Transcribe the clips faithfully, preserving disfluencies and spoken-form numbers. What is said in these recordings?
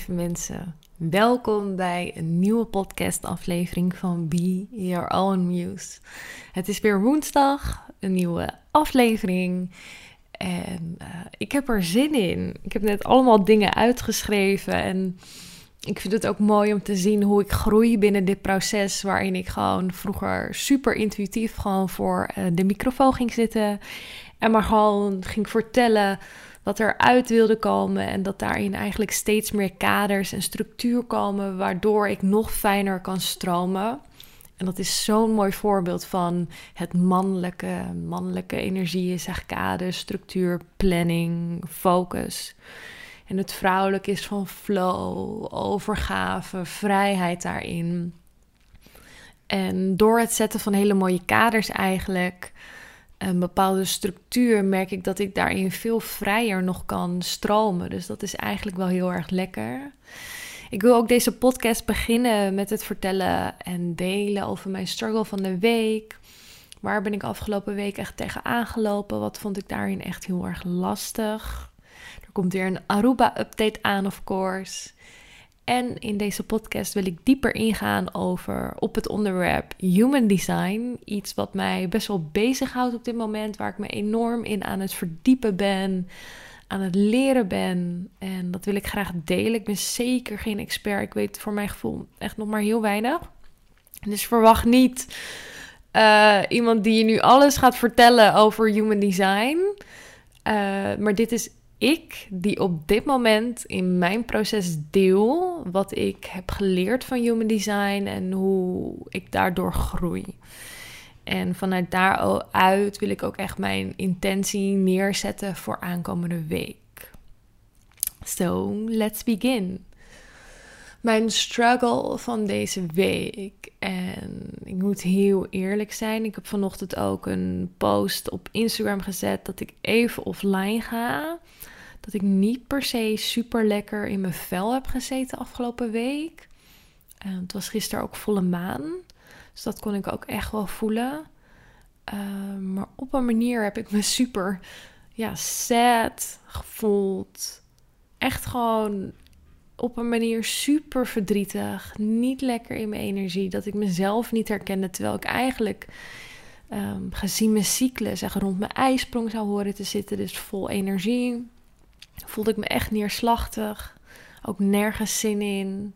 lieve mensen. Welkom bij een nieuwe podcastaflevering van Be Your Own Muse. Het is weer woensdag, een nieuwe aflevering en uh, ik heb er zin in. Ik heb net allemaal dingen uitgeschreven en ik vind het ook mooi om te zien hoe ik groei binnen dit proces, waarin ik gewoon vroeger super intuïtief gewoon voor uh, de microfoon ging zitten en maar gewoon ging vertellen wat eruit wilde komen en dat daarin eigenlijk steeds meer kaders en structuur komen, waardoor ik nog fijner kan stromen. En dat is zo'n mooi voorbeeld van het mannelijke, mannelijke energie, zeg kaders, structuur, planning, focus. En het vrouwelijke is van flow, overgave, vrijheid daarin. En door het zetten van hele mooie kaders eigenlijk, een bepaalde structuur, merk ik dat ik daarin veel vrijer nog kan stromen. Dus dat is eigenlijk wel heel erg lekker. Ik wil ook deze podcast beginnen met het vertellen en delen over mijn struggle van de week. Waar ben ik afgelopen week echt tegenaan gelopen? Wat vond ik daarin echt heel erg lastig? Er komt weer een Aruba-update aan, of course. En in deze podcast wil ik dieper ingaan over op het onderwerp human design. Iets wat mij best wel bezighoudt op dit moment, waar ik me enorm in aan het verdiepen ben, aan het leren ben. En dat wil ik graag delen. Ik ben zeker geen expert. Ik weet voor mijn gevoel echt nog maar heel weinig. Dus verwacht niet uh, iemand die je nu alles gaat vertellen over human design. Uh, maar dit is ik die op dit moment in mijn proces deel wat ik heb geleerd van human design en hoe ik daardoor groei. En vanuit daaruit wil ik ook echt mijn intentie neerzetten voor aankomende week. So, let's begin. Mijn struggle van deze week. En ik moet heel eerlijk zijn. Ik heb vanochtend ook een post op Instagram gezet dat ik even offline ga. Dat ik niet per se super lekker in mijn vel heb gezeten afgelopen week. Uh, het was gisteren ook volle maan. Dus dat kon ik ook echt wel voelen. Uh, maar op een manier heb ik me super ja, sad gevoeld. Echt gewoon op een manier super verdrietig. Niet lekker in mijn energie. Dat ik mezelf niet herkende. Terwijl ik eigenlijk um, gezien mijn cyclus echt rond mijn ijsprong zou horen te zitten. Dus vol energie. Voelde ik me echt neerslachtig. Ook nergens zin in.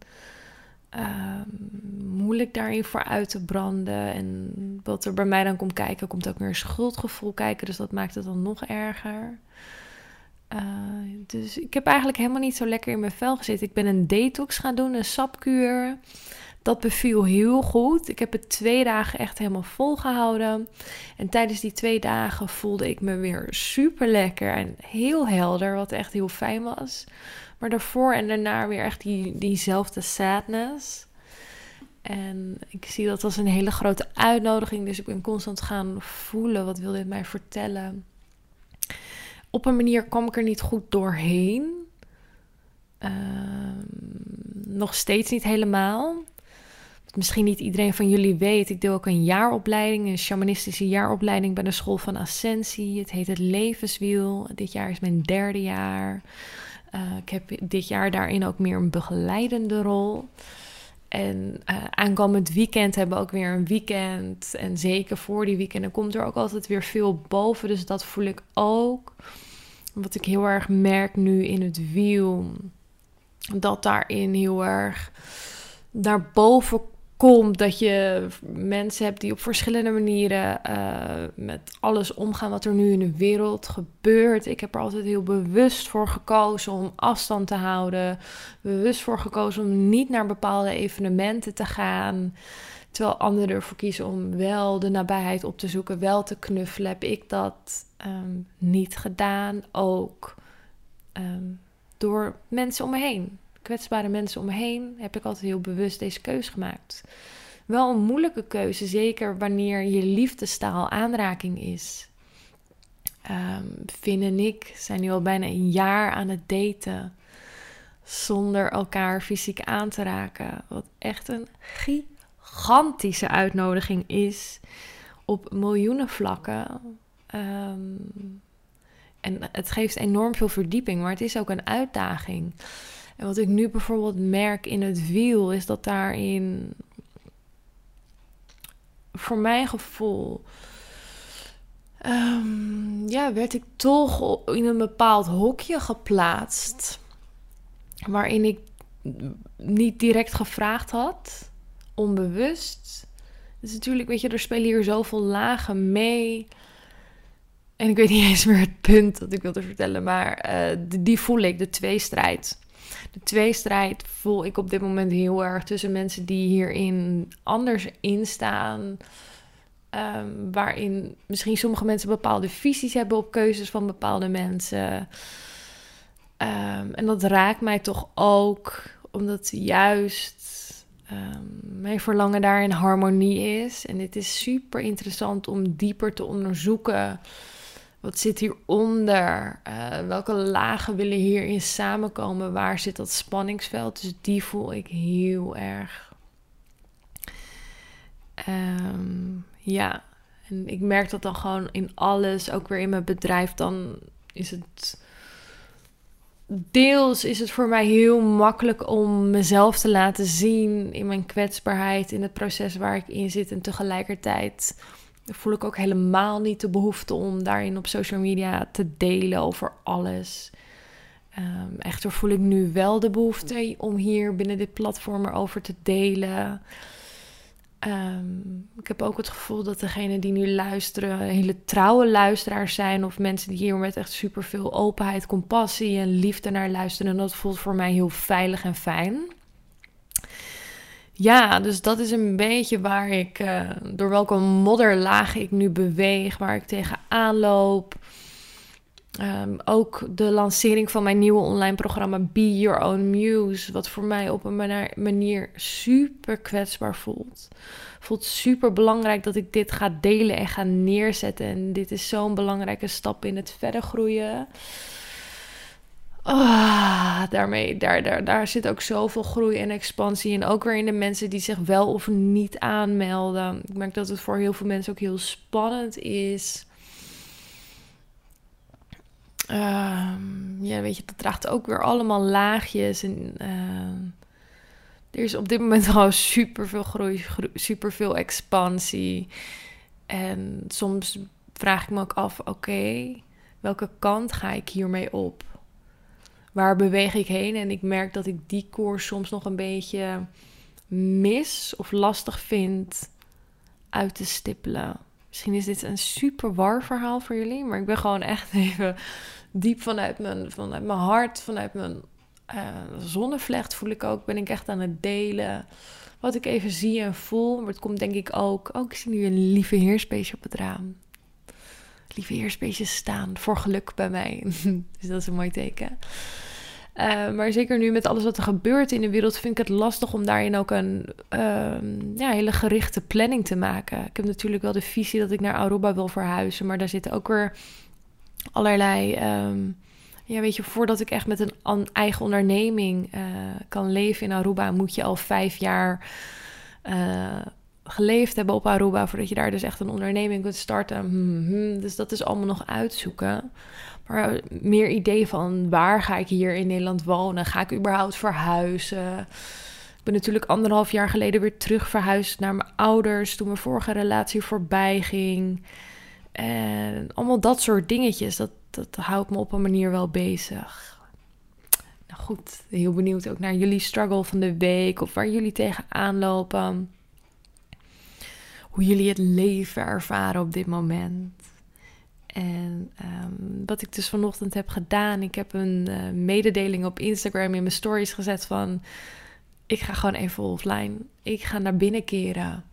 Um, moeilijk daarin voor uit te branden. En wat er bij mij dan komt kijken, komt ook meer een schuldgevoel kijken. Dus dat maakt het dan nog erger. Uh, dus ik heb eigenlijk helemaal niet zo lekker in mijn vel gezeten. Ik ben een detox gaan doen, een sapkuur. Dat beviel heel goed. Ik heb het twee dagen echt helemaal volgehouden. En tijdens die twee dagen voelde ik me weer super lekker en heel helder, wat echt heel fijn was. Maar daarvoor en daarna weer echt die, diezelfde sadness. En ik zie dat als een hele grote uitnodiging. Dus ik ben constant gaan voelen, wat wil dit mij vertellen? Op een manier kwam ik er niet goed doorheen. Uh, nog steeds niet helemaal. Wat misschien niet iedereen van jullie weet. Ik deel ook een jaaropleiding, een shamanistische jaaropleiding bij de School van Ascensie. Het heet het Levenswiel. Dit jaar is mijn derde jaar. Uh, ik heb dit jaar daarin ook meer een begeleidende rol. En uh, aankomend weekend hebben we ook weer een weekend. En zeker voor die weekenden komt er ook altijd weer veel boven. Dus dat voel ik ook. Wat ik heel erg merk nu in het wiel. Dat daarin heel erg daarboven komt. Dat je mensen hebt die op verschillende manieren uh, met alles omgaan wat er nu in de wereld gebeurt. Ik heb er altijd heel bewust voor gekozen om afstand te houden. Bewust voor gekozen om niet naar bepaalde evenementen te gaan. Terwijl anderen ervoor kiezen om wel de nabijheid op te zoeken, wel te knuffelen. Heb ik dat um, niet gedaan. Ook um, door mensen om me heen. Kwetsbare mensen om me heen heb ik altijd heel bewust deze keuze gemaakt. Wel een moeilijke keuze, zeker wanneer je liefdestaal aanraking is. Um, Finn en ik zijn nu al bijna een jaar aan het daten zonder elkaar fysiek aan te raken. Wat echt een gigantische uitnodiging is op miljoenen vlakken. Um, en het geeft enorm veel verdieping, maar het is ook een uitdaging. En wat ik nu bijvoorbeeld merk in het wiel, is dat daarin, voor mijn gevoel, um, ja, werd ik toch in een bepaald hokje geplaatst, waarin ik niet direct gevraagd had, onbewust. Dus natuurlijk, weet je, er spelen hier zoveel lagen mee. En ik weet niet eens meer het punt dat ik wilde vertellen, maar uh, die, die voel ik, de tweestrijd. De tweestrijd voel ik op dit moment heel erg tussen mensen die hierin anders instaan. Um, waarin misschien sommige mensen bepaalde visies hebben op keuzes van bepaalde mensen. Um, en dat raakt mij toch ook, omdat juist um, mijn verlangen daar in harmonie is. En het is super interessant om dieper te onderzoeken. Wat zit hieronder? Uh, welke lagen willen hierin samenkomen? Waar zit dat spanningsveld? Dus die voel ik heel erg. Um, ja, en ik merk dat dan gewoon in alles, ook weer in mijn bedrijf. Dan is het deels is het voor mij heel makkelijk om mezelf te laten zien in mijn kwetsbaarheid, in het proces waar ik in zit. En tegelijkertijd voel ik ook helemaal niet de behoefte om daarin op social media te delen over alles. Um, echter voel ik nu wel de behoefte om hier binnen dit platform erover te delen. Um, ik heb ook het gevoel dat degenen die nu luisteren hele trouwe luisteraars zijn, of mensen die hier met echt superveel openheid, compassie en liefde naar luisteren. En dat voelt voor mij heel veilig en fijn. Ja, dus dat is een beetje waar ik, uh, door welke modderlaag ik nu beweeg, waar ik tegenaan loop. Um, ook de lancering van mijn nieuwe online programma Be Your Own Muse, wat voor mij op een manier super kwetsbaar voelt. Voelt super belangrijk dat ik dit ga delen en ga neerzetten. En dit is zo'n belangrijke stap in het verder groeien. Oh, daarmee, daar, daar, daar zit ook zoveel groei en expansie in. Ook weer in de mensen die zich wel of niet aanmelden. Ik merk dat het voor heel veel mensen ook heel spannend is. Uh, ja, weet je, dat draagt ook weer allemaal laagjes. En uh, er is op dit moment gewoon super veel groei, groei, super veel expansie. En soms vraag ik me ook af, oké, okay, welke kant ga ik hiermee op? Waar beweeg ik heen? En ik merk dat ik die koers soms nog een beetje mis of lastig vind uit te stippelen. Misschien is dit een super war verhaal voor jullie, maar ik ben gewoon echt even diep vanuit mijn, vanuit mijn hart, vanuit mijn uh, zonnevlecht voel ik ook, ben ik echt aan het delen wat ik even zie en voel. Maar het komt denk ik ook, ook ik zie nu een lieve heersbeestje op het raam. Lieve heersbeestjes staan voor geluk bij mij, dus dat is een mooi teken. Uh, maar zeker nu met alles wat er gebeurt in de wereld vind ik het lastig om daarin ook een uh, ja, hele gerichte planning te maken. Ik heb natuurlijk wel de visie dat ik naar Aruba wil verhuizen, maar daar zitten ook weer allerlei, um, ja weet je, voordat ik echt met een an- eigen onderneming uh, kan leven in Aruba, moet je al vijf jaar uh, geleefd hebben op Aruba, voordat je daar dus echt een onderneming kunt starten. Mm-hmm. Dus dat is allemaal nog uitzoeken. Maar meer idee van waar ga ik hier in Nederland wonen? Ga ik überhaupt verhuizen? Ik ben natuurlijk anderhalf jaar geleden weer terug verhuisd naar mijn ouders toen mijn vorige relatie voorbij ging. En allemaal dat soort dingetjes, dat, dat houdt me op een manier wel bezig. Nou goed, heel benieuwd ook naar jullie struggle van de week of waar jullie tegenaan lopen. Hoe jullie het leven ervaren op dit moment. En um, wat ik dus vanochtend heb gedaan, ik heb een uh, mededeling op Instagram in mijn stories gezet van, ik ga gewoon even offline. Ik ga naar binnen keren.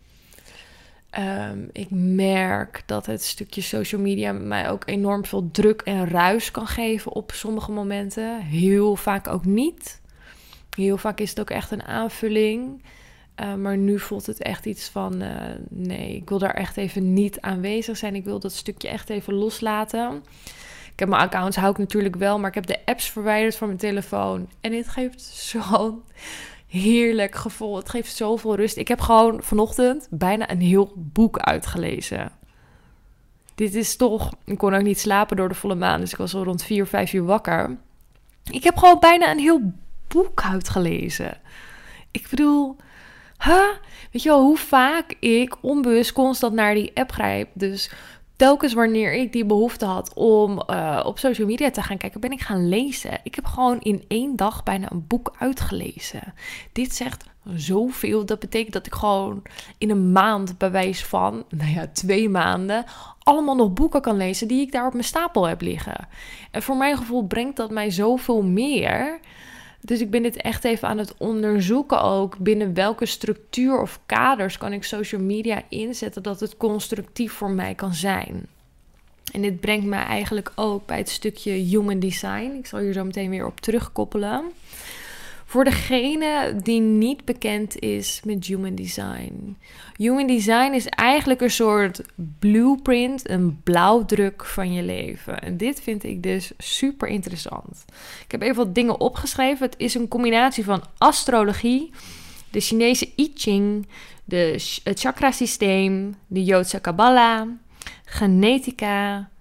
Um, ik merk dat het stukje social media mij ook enorm veel druk en ruis kan geven op sommige momenten. Heel vaak ook niet. Heel vaak is het ook echt een aanvulling. Uh, maar nu voelt het echt iets van, uh, nee, ik wil daar echt even niet aanwezig zijn. Ik wil dat stukje echt even loslaten. Ik heb mijn accounts, hou ik natuurlijk wel, maar ik heb de apps verwijderd van mijn telefoon. En dit geeft zo'n heerlijk gevoel. Het geeft zoveel rust. Ik heb gewoon vanochtend bijna een heel boek uitgelezen. Dit is toch, ik kon ook niet slapen door de volle maan, dus ik was al rond vier, vijf uur wakker. Ik heb gewoon bijna een heel boek uitgelezen. Ik bedoel, huh? Weet je wel, hoe vaak ik onbewust constant naar die app grijp. Dus telkens wanneer ik die behoefte had om uh, op social media te gaan kijken, ben ik gaan lezen. Ik heb gewoon in één dag bijna een boek uitgelezen. Dit zegt zoveel. Dat betekent dat ik gewoon in een maand, bij wijze van, nou ja, twee maanden, allemaal nog boeken kan lezen die ik daar op mijn stapel heb liggen. En voor mijn gevoel brengt dat mij zoveel meer. Dus ik ben dit echt even aan het onderzoeken ook. Binnen welke structuur of kaders kan ik social media inzetten dat het constructief voor mij kan zijn. En dit brengt mij eigenlijk ook bij het stukje human design. Ik zal hier zo meteen weer op terugkoppelen. Voor degene die niet bekend is met human design. Human design is eigenlijk een soort blueprint, een blauwdruk van je leven. En dit vind ik dus super interessant. Ik heb even wat dingen opgeschreven. Het is een combinatie van astrologie, de Chinese I Ching, de, het chakrasysteem, de Joodse Kabbalah, genetica,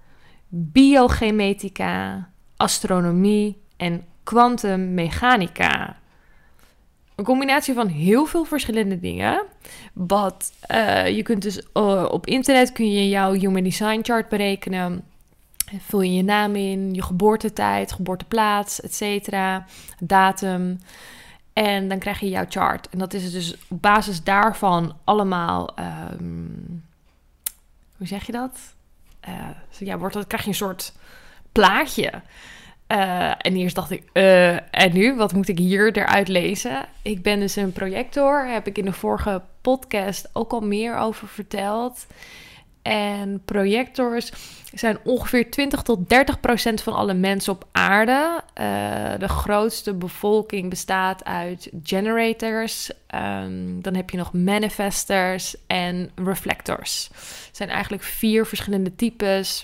biogenetica, astronomie en kwantummechanica. Een combinatie van heel veel verschillende dingen. Wat uh, je kunt dus uh, op internet kun je jouw human design chart berekenen. Vul je je naam in, je geboortetijd, geboorteplaats, et cetera, datum. En dan krijg je jouw chart. En dat is dus op basis daarvan allemaal, um, hoe zeg je dat? Uh, ja, wordt dat, krijg je een soort plaatje. Uh, en eerst dacht ik, uh, en nu? Wat moet ik hier eruit lezen? Ik ben dus een projector. Heb ik in de vorige podcast ook al meer over verteld. En projectors zijn ongeveer twintig tot dertig procent van alle mensen op aarde. Uh, de grootste bevolking bestaat uit generators. Um, dan heb je nog manifestors en reflectors. Het zijn eigenlijk vier verschillende types.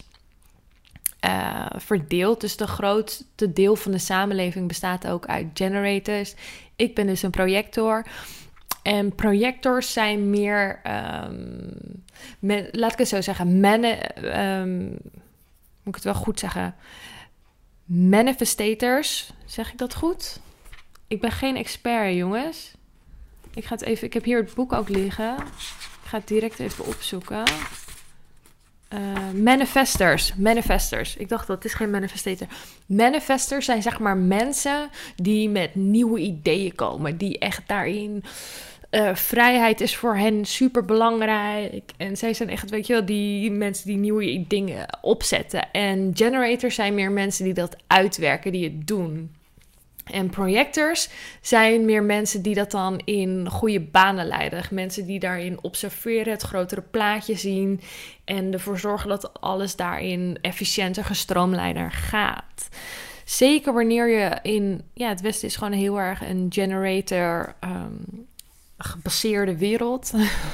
Uh, verdeeld. Dus de grootste deel van de samenleving bestaat ook uit generators. Ik ben dus een projector. En projectors zijn meer, um, met, laat ik het zo zeggen, mani- um, moet ik het wel goed zeggen, manifestators. Zeg ik dat goed? Ik ben geen expert, jongens. Ik ga het even. Ik heb hier het boek ook liggen. Ik ga het direct even opzoeken. Uh, manifestors, manifestors. Ik dacht, dat is geen manifestator. Manifestors zijn zeg maar mensen die met nieuwe ideeën komen. Die echt daarin... Uh, vrijheid is voor hen super belangrijk. En zij zijn echt, weet je wel, die mensen die nieuwe dingen opzetten. En generators zijn meer mensen die dat uitwerken, die het doen. En projectors zijn meer mensen die dat dan in goede banen leiden. Mensen die daarin observeren, het grotere plaatje zien en ervoor zorgen dat alles daarin efficiënter, gestroomlijnder gaat. Zeker wanneer je in... Ja, het Westen is gewoon heel erg een generator um, gebaseerde wereld.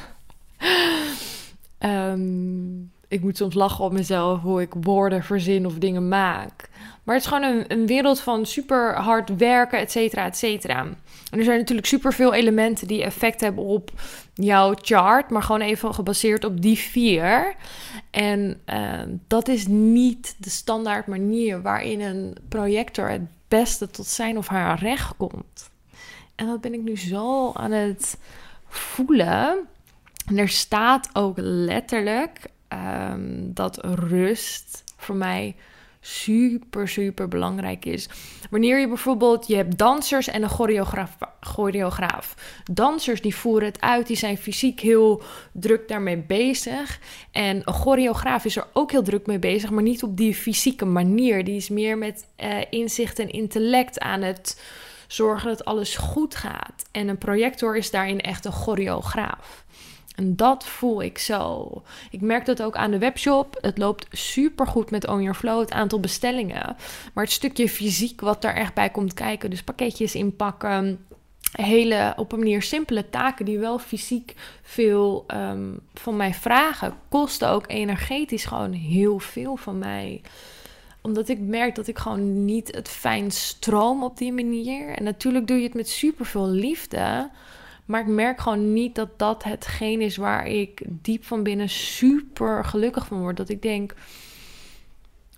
um, ik moet soms lachen op mezelf hoe ik woorden verzin of dingen maak. Maar het is gewoon een, een wereld van super hard werken, et cetera, et cetera. En er zijn natuurlijk super veel elementen die effect hebben op jouw chart, maar gewoon even gebaseerd op die vier. En uh, dat is niet de standaard manier waarin een projector het beste tot zijn of haar recht komt. En dat ben ik nu zo aan het voelen. En er staat ook letterlijk um, dat rust voor mij super, super belangrijk is. Wanneer je bijvoorbeeld, je hebt dansers en een choreograaf, choreograaf. Dansers die voeren het uit, die zijn fysiek heel druk daarmee bezig. En een choreograaf is er ook heel druk mee bezig, maar niet op die fysieke manier. Die is meer met uh, inzicht en intellect aan het zorgen dat alles goed gaat. En een projector is daarin echt een choreograaf. En dat voel ik zo. Ik merk dat ook aan de webshop. Het loopt super goed met Own Your Flow, het aantal bestellingen. Maar het stukje fysiek wat daar echt bij komt kijken. Dus pakketjes inpakken. Hele op een manier simpele taken die wel fysiek veel um, van mij vragen. Kosten ook energetisch gewoon heel veel van mij. Omdat ik merk dat ik gewoon niet het fijn stroom op die manier. En natuurlijk doe je het met super veel liefde. Maar ik merk gewoon niet dat dat hetgeen is waar ik diep van binnen super gelukkig van word. Dat ik denk,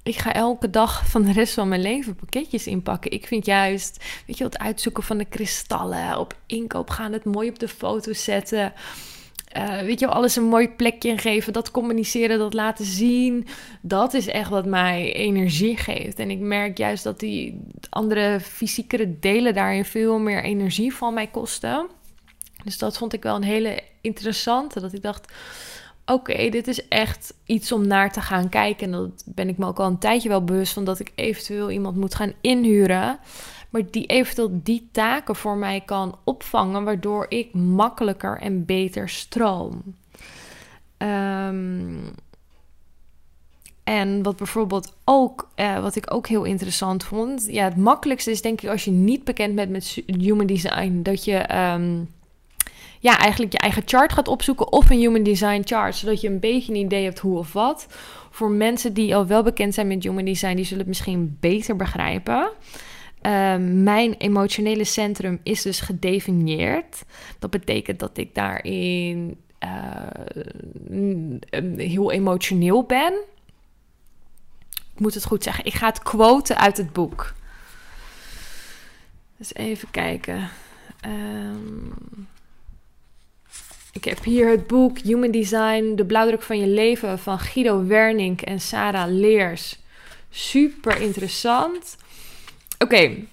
ik ga elke dag van de rest van mijn leven pakketjes inpakken. Ik vind juist, weet je, het uitzoeken van de kristallen, op inkoop gaan, het mooi op de foto zetten. Uh, weet je, alles een mooi plekje geven, dat communiceren, dat laten zien. Dat is echt wat mij energie geeft. En ik merk juist dat die andere fysiekere delen daarin veel meer energie van mij kosten. Dus dat vond ik wel een hele interessante. Dat ik dacht, oké, okay, dit is echt iets om naar te gaan kijken. En dat ben ik me ook al een tijdje wel bewust van, dat ik eventueel iemand moet gaan inhuren, maar die eventueel die taken voor mij kan opvangen, waardoor ik makkelijker en beter stroom. Um, en wat bijvoorbeeld ook, uh, wat ik ook heel interessant vond, ja, het makkelijkste is denk ik als je niet bekend bent met human design, dat je um, ja, eigenlijk je eigen chart gaat opzoeken of een human design chart, zodat je een beetje een idee hebt hoe of wat. Voor mensen die al wel bekend zijn met human design, die zullen het misschien beter begrijpen. Uh, mijn emotionele centrum is dus gedefinieerd. Dat betekent dat ik daarin uh, heel emotioneel ben. Ik moet het goed zeggen. Ik ga het quoten uit het boek. Dus even kijken. Um, ik heb hier het boek Human Design, de blauwdruk van je leven van Guido Wernink en Sarah Leers. Super interessant. Oké, okay.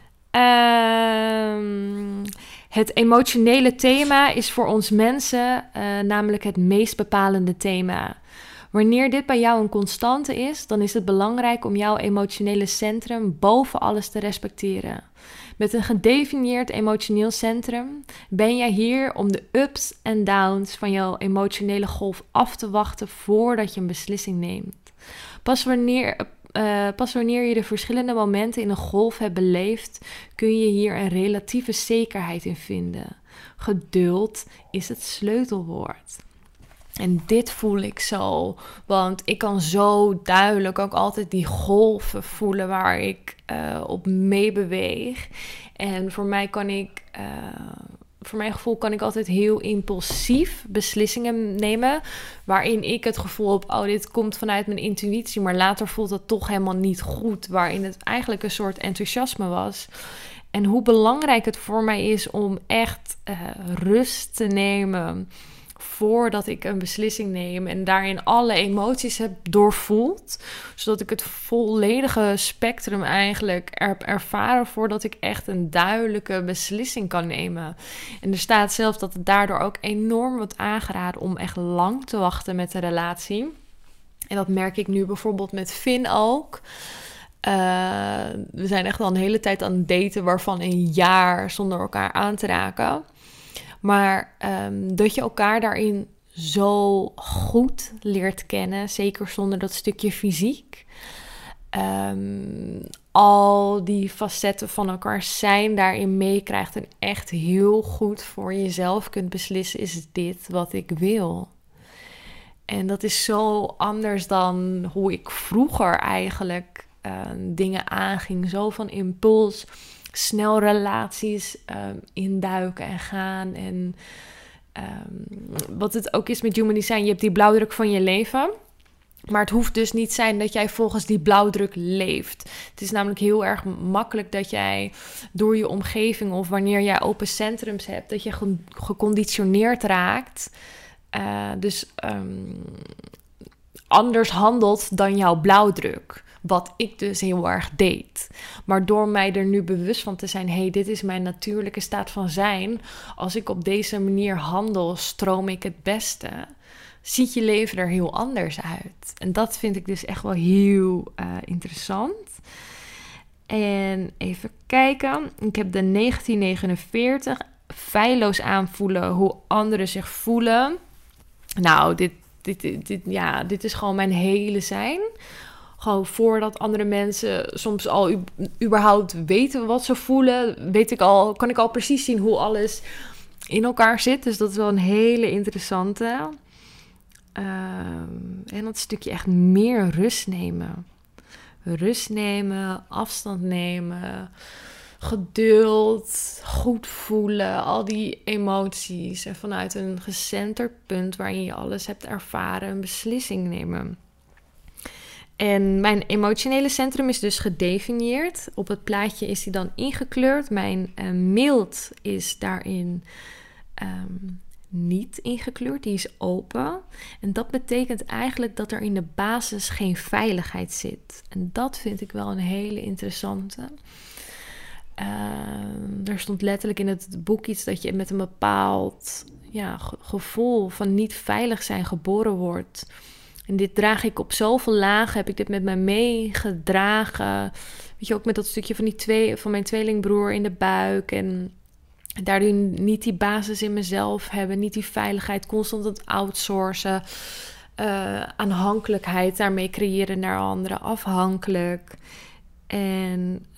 um, het emotionele thema is voor ons mensen uh, namelijk het meest bepalende thema. Wanneer dit bij jou een constante is, dan is het belangrijk om jouw emotionele centrum boven alles te respecteren. Met een gedefinieerd emotioneel centrum ben jij hier om de ups en downs van jouw emotionele golf af te wachten voordat je een beslissing neemt. Pas wanneer... Uh, pas wanneer je de verschillende momenten in een golf hebt beleefd, kun je hier een relatieve zekerheid in vinden. Geduld is het sleutelwoord. En dit voel ik zo, want ik kan zo duidelijk ook altijd die golven voelen waar ik uh, op meebeweeg. En voor mij kan ik... Uh, Voor mijn gevoel kan ik altijd heel impulsief beslissingen nemen, waarin ik het gevoel heb, oh, dit komt vanuit mijn intuïtie, maar later voelt dat toch helemaal niet goed, waarin het eigenlijk een soort enthousiasme was. En hoe belangrijk het voor mij is om echt uh, rust te nemen voordat ik een beslissing neem en daarin alle emoties heb doorvoeld, zodat ik het volledige spectrum eigenlijk heb ervaren voordat ik echt een duidelijke beslissing kan nemen. En er staat zelfs dat het daardoor ook enorm wordt aangeraden om echt lang te wachten met de relatie. En dat merk ik nu bijvoorbeeld met Finn ook. Uh, we zijn echt al een hele tijd aan het daten, waarvan een jaar zonder elkaar aan te raken. Maar um, dat je elkaar daarin zo goed leert kennen, zeker zonder dat stukje fysiek. Um, al die facetten van elkaar zijn daarin meekrijgt en echt heel goed voor jezelf kunt beslissen, is dit wat ik wil? En dat is zo anders dan hoe ik vroeger eigenlijk uh, dingen aanging. Zo van impuls, snel relaties um, induiken en gaan. En um, wat het ook is met human design, je hebt die blauwdruk van je leven. Maar het hoeft dus niet zijn dat jij volgens die blauwdruk leeft. Het is namelijk heel erg makkelijk dat jij door je omgeving of wanneer jij open centrums hebt, dat je ge- geconditioneerd raakt. Uh, dus um, anders handelt dan jouw blauwdruk. Wat ik dus heel erg deed. Maar door mij er nu bewust van te zijn, hey, dit is mijn natuurlijke staat van zijn. Als ik op deze manier handel, stroom ik het beste. Ziet je leven er heel anders uit. En dat vind ik dus echt wel heel uh, interessant. En even kijken. Ik heb de negentien negenenveertig. Feilloos aanvoelen hoe anderen zich voelen. Nou, dit, dit, dit, dit, ja, dit is gewoon mijn hele zijn. Gewoon voordat andere mensen soms al u, überhaupt weten wat ze voelen, weet ik al, kan ik al precies zien hoe alles in elkaar zit. Dus dat is wel een hele interessante. Uh, en dat stukje echt meer rust nemen. Rust nemen, afstand nemen, geduld, goed voelen, al die emoties. En vanuit een gecenterd punt waarin je alles hebt ervaren, een beslissing nemen. En mijn emotionele centrum is dus gedefinieerd. Op het plaatje is die dan ingekleurd. Mijn uh, mild is daarin um, niet ingekleurd. Die is open. En dat betekent eigenlijk dat er in de basis geen veiligheid zit. En dat vind ik wel een hele interessante. Uh, er stond letterlijk in het boek iets dat je met een bepaald ja, ge- gevoel van niet veilig zijn geboren wordt. En dit draag ik op zoveel lagen, heb ik dit met mij meegedragen. Weet je, ook met dat stukje van, die twee, van mijn tweelingbroer in de buik. En daardoor niet die basis in mezelf hebben, niet die veiligheid, constant het outsourcen. Uh, aanhankelijkheid daarmee creëren naar anderen, afhankelijk. En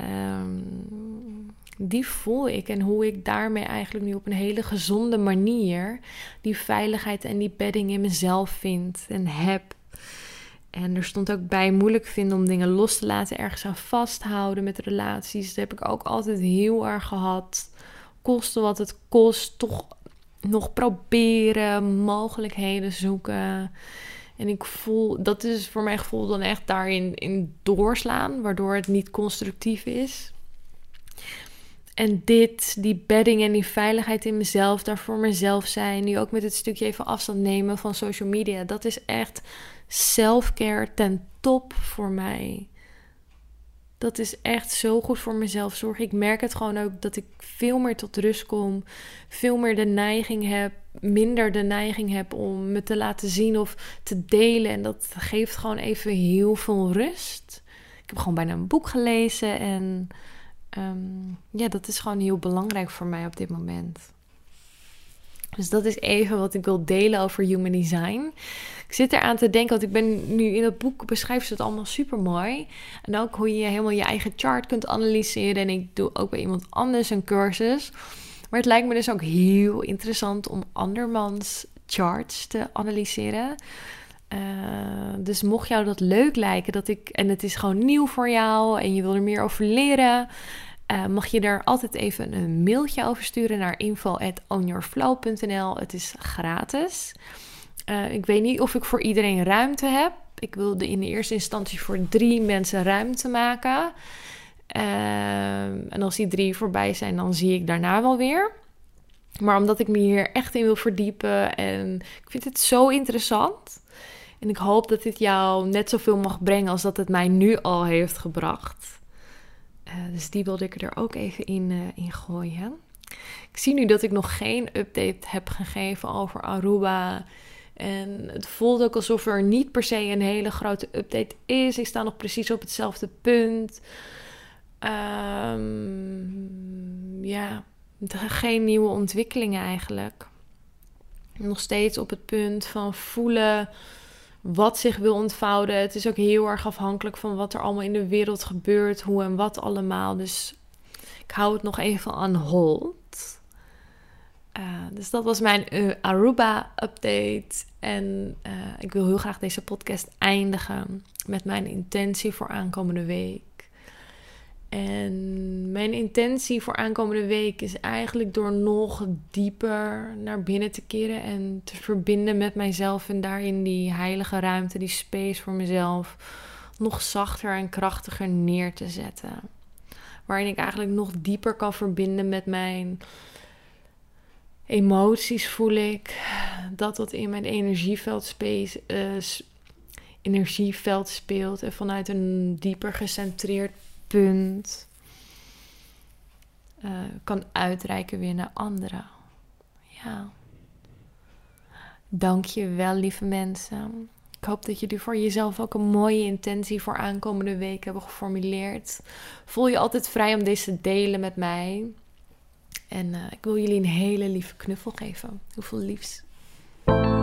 um, die voel ik en hoe ik daarmee eigenlijk nu op een hele gezonde manier die veiligheid en die bedding in mezelf vind en heb. En er stond ook bij moeilijk vinden om dingen los te laten, ergens aan vasthouden met relaties. Dat heb ik ook altijd heel erg gehad. Koste wat het kost, toch nog proberen, mogelijkheden zoeken. En ik voel, dat is voor mijn gevoel dan echt daarin in doorslaan, waardoor het niet constructief is. En dit, die bedding en die veiligheid in mezelf, daar voor mezelf zijn, nu ook met het stukje even afstand nemen van social media, dat is echt self-care ten top voor mij. Dat is echt zo goed voor mezelf zorgen. Ik merk het gewoon ook dat ik veel meer tot rust kom. Veel meer de neiging heb, minder de neiging heb om me te laten zien of te delen. En dat geeft gewoon even heel veel rust. Ik heb gewoon bijna een boek gelezen. En um, ja, dat is gewoon heel belangrijk voor mij op dit moment. Dus dat is even wat ik wil delen over Human Design. Ik zit eraan te denken, want ik ben nu in het boek beschrijft ze het allemaal super mooi. En ook hoe je helemaal je eigen chart kunt analyseren. En ik doe ook bij iemand anders een cursus. Maar het lijkt me dus ook heel interessant om andermans charts te analyseren. Uh, dus mocht jou dat leuk lijken, dat ik, en het is gewoon nieuw voor jou en je wil er meer over leren, Uh, mag je daar altijd even een mailtje over sturen naar info at ownyourflow dot n l. Het is gratis. Uh, ik weet niet of ik voor iedereen ruimte heb. Ik wilde in de eerste instantie voor drie mensen ruimte maken. Uh, en als die drie voorbij zijn, dan zie ik daarna wel weer. Maar omdat ik me hier echt in wil verdiepen en ik vind het zo interessant. En ik hoop dat dit jou net zoveel mag brengen als dat het mij nu al heeft gebracht. Uh, dus die wilde ik er ook even in, uh, in gooien. Ik zie nu dat ik nog geen update heb gegeven over Aruba. En het voelt ook alsof er niet per se een hele grote update is. Ik sta nog precies op hetzelfde punt. Um, ja, geen nieuwe ontwikkelingen eigenlijk. Nog steeds op het punt van voelen wat zich wil ontvouwen. Het is ook heel erg afhankelijk van wat er allemaal in de wereld gebeurt, hoe en wat allemaal. Dus ik hou het nog even aan hold. Uh, dus dat was mijn uh, Aruba-update. En uh, ik wil heel graag deze podcast eindigen met mijn intentie voor aankomende week. En mijn intentie voor aankomende week is eigenlijk door nog dieper naar binnen te keren en te verbinden met mijzelf en daarin die heilige ruimte, die space voor mezelf, nog zachter en krachtiger neer te zetten. Waarin ik eigenlijk nog dieper kan verbinden met mijn emoties, voel ik. Dat wat in mijn energieveld, space, uh, energieveld speelt en vanuit een dieper gecentreerd punt uh, kan uitreiken weer naar anderen. Ja. Dank je wel, lieve mensen. Ik hoop dat jullie voor jezelf ook een mooie intentie voor aankomende week hebben geformuleerd. Voel je altijd vrij om deze te delen met mij. En uh, ik wil jullie een hele lieve knuffel geven. Heel veel liefs.